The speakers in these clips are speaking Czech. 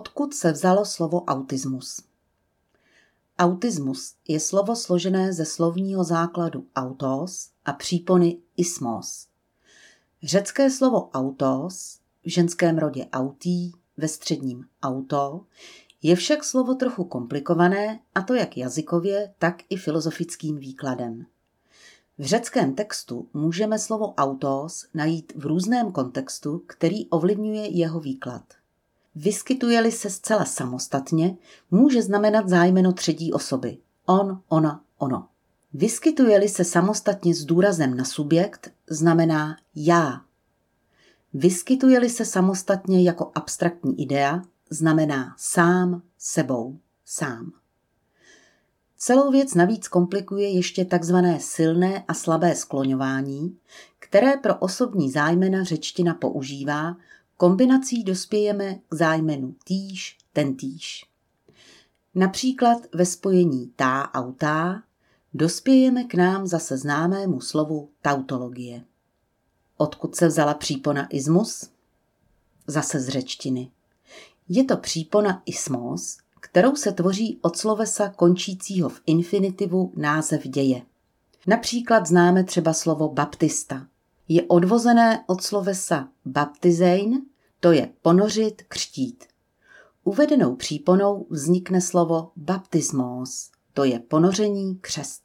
Odkud se vzalo slovo autismus? Autismus je slovo složené ze slovního základu autos a přípony ismos. Řecké slovo autos, v ženském rodě autí, ve středním auto, je však slovo trochu komplikované, a to jak jazykově, tak i filozofickým výkladem. V řeckém textu můžeme slovo autos najít v různém kontextu, který ovlivňuje jeho výklad. Vyskytuje-li se zcela samostatně, může znamenat zájmeno třetí osoby. On, ona, ono. Vyskytuje-li se samostatně s důrazem na subjekt, znamená já. Vyskytuje-li se samostatně jako abstraktní idea, znamená sám, sebou, sám. Celou věc navíc komplikuje ještě takzvané silné a slabé skloňování, které pro osobní zájmena řečtina používá. Kombinací dospějeme k zájmenu týž, tentýž. Například ve spojení tá autá dospějeme k nám zase známému slovu tautologie. Odkud se vzala přípona ismus? Zase z řečtiny. Je to přípona ismos, kterou se tvoří od slovesa končícího v infinitivu název děje. Například známe třeba slovo baptista. Je odvozené od slovesa baptizein, to je ponořit, křtít. Uvedenou příponou vznikne slovo baptismos, to je ponoření, křest.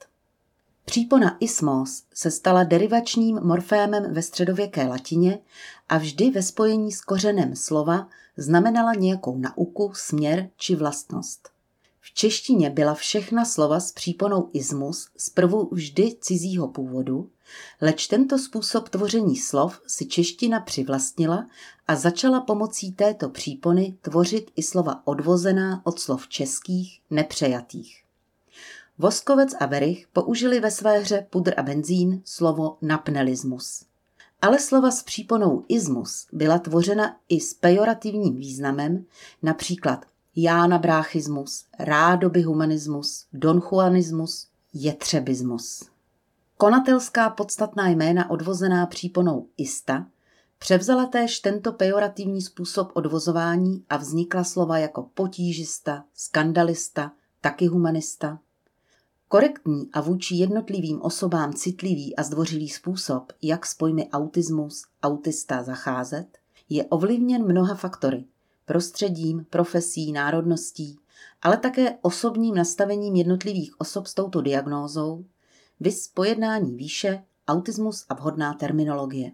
Přípona ismos se stala derivačním morfémem ve středověké latině a vždy ve spojení s kořenem slova znamenala nějakou nauku, směr či vlastnost. V češtině byla všechna slova s příponou ismus zprvu vždy cizího původu, leč tento způsob tvoření slov si čeština přivlastnila a začala pomocí této přípony tvořit i slova odvozená od slov českých, nepřejatých. Voskovec a Werich použili ve své hře Pudr a benzín slovo napnelismus. Ale slova s příponou ismus byla tvořena i s pejorativním významem, například jánabráchismus, rádobyhumanismus, donjuanismus, jetřebismus. Konatelská podstatná jména odvozená příponou ista převzala též tento pejorativní způsob odvozování a vznikla slova jako potížista, skandalista, taky humanista. Korektní a vůči jednotlivým osobám citlivý a zdvořilý způsob, jak s pojmy autismus, autista zacházet, je ovlivněn mnoha faktory, prostředím, profesí, národností, ale také osobním nastavením jednotlivých osob s touto diagnózou, viz pojednání výše, autismus a vhodná terminologie.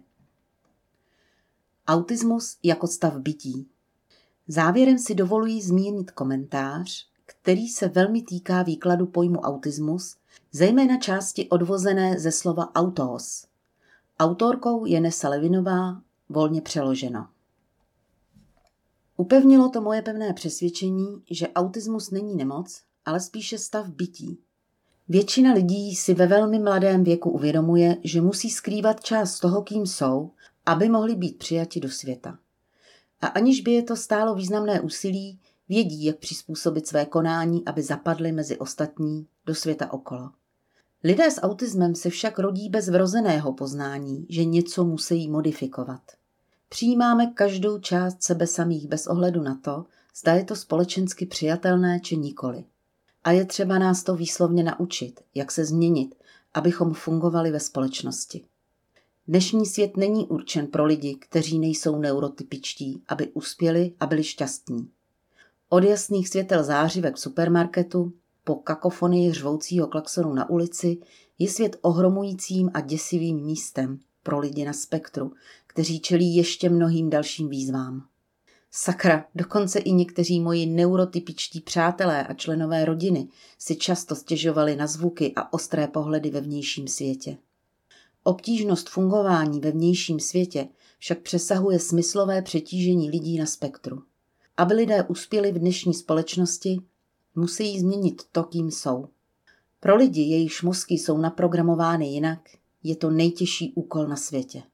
Autismus jako stav bytí. Závěrem si dovoluji zmínit komentář, který se velmi týká výkladu pojmu autismus, zejména části odvozené ze slova autos. Autorkou je Nessa Levinová, volně přeloženo. Upevnilo to moje pevné přesvědčení, že autismus není nemoc, ale spíše stav bytí. Většina lidí si ve velmi mladém věku uvědomuje, že musí skrývat část toho, kým jsou, aby mohli být přijati do světa. A aniž by je to stálo významné úsilí, vědí, jak přizpůsobit své konání, aby zapadli mezi ostatní do světa okolo. Lidé s autismem se však rodí bez vrozeného poznání, že něco musí modifikovat. Přijímáme každou část sebe samých bez ohledu na to, zda je to společensky přijatelné či nikoli. A je třeba nás to výslovně naučit, jak se změnit, abychom fungovali ve společnosti. Dnešní svět není určen pro lidi, kteří nejsou neurotypičtí, aby uspěli a byli šťastní. Od jasných světel zářivek v supermarketu po kakofonii řvoucího klaxonu na ulici je svět ohromujícím a děsivým místem pro lidi na spektru, kteří čelí ještě mnohým dalším výzvám. Sakra, dokonce i někteří moji neurotypičtí přátelé a členové rodiny si často stěžovali na zvuky a ostré pohledy ve vnějším světě. Obtížnost fungování ve vnějším světě však přesahuje smyslové přetížení lidí na spektru. Aby lidé uspěli v dnešní společnosti, musí změnit to, kým jsou. Pro lidi, jejichž mozky jsou naprogramovány jinak, je to nejtěžší úkol na světě.